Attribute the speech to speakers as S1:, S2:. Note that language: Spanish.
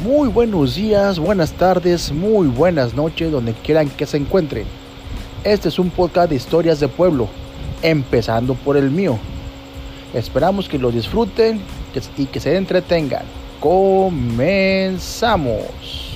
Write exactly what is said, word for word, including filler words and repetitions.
S1: Muy buenos días, buenas tardes, muy buenas noches, donde quieran que se encuentren. Este es un podcast de historias de pueblo, empezando por el mío. Esperamos que lo disfruten y que se entretengan. Comenzamos.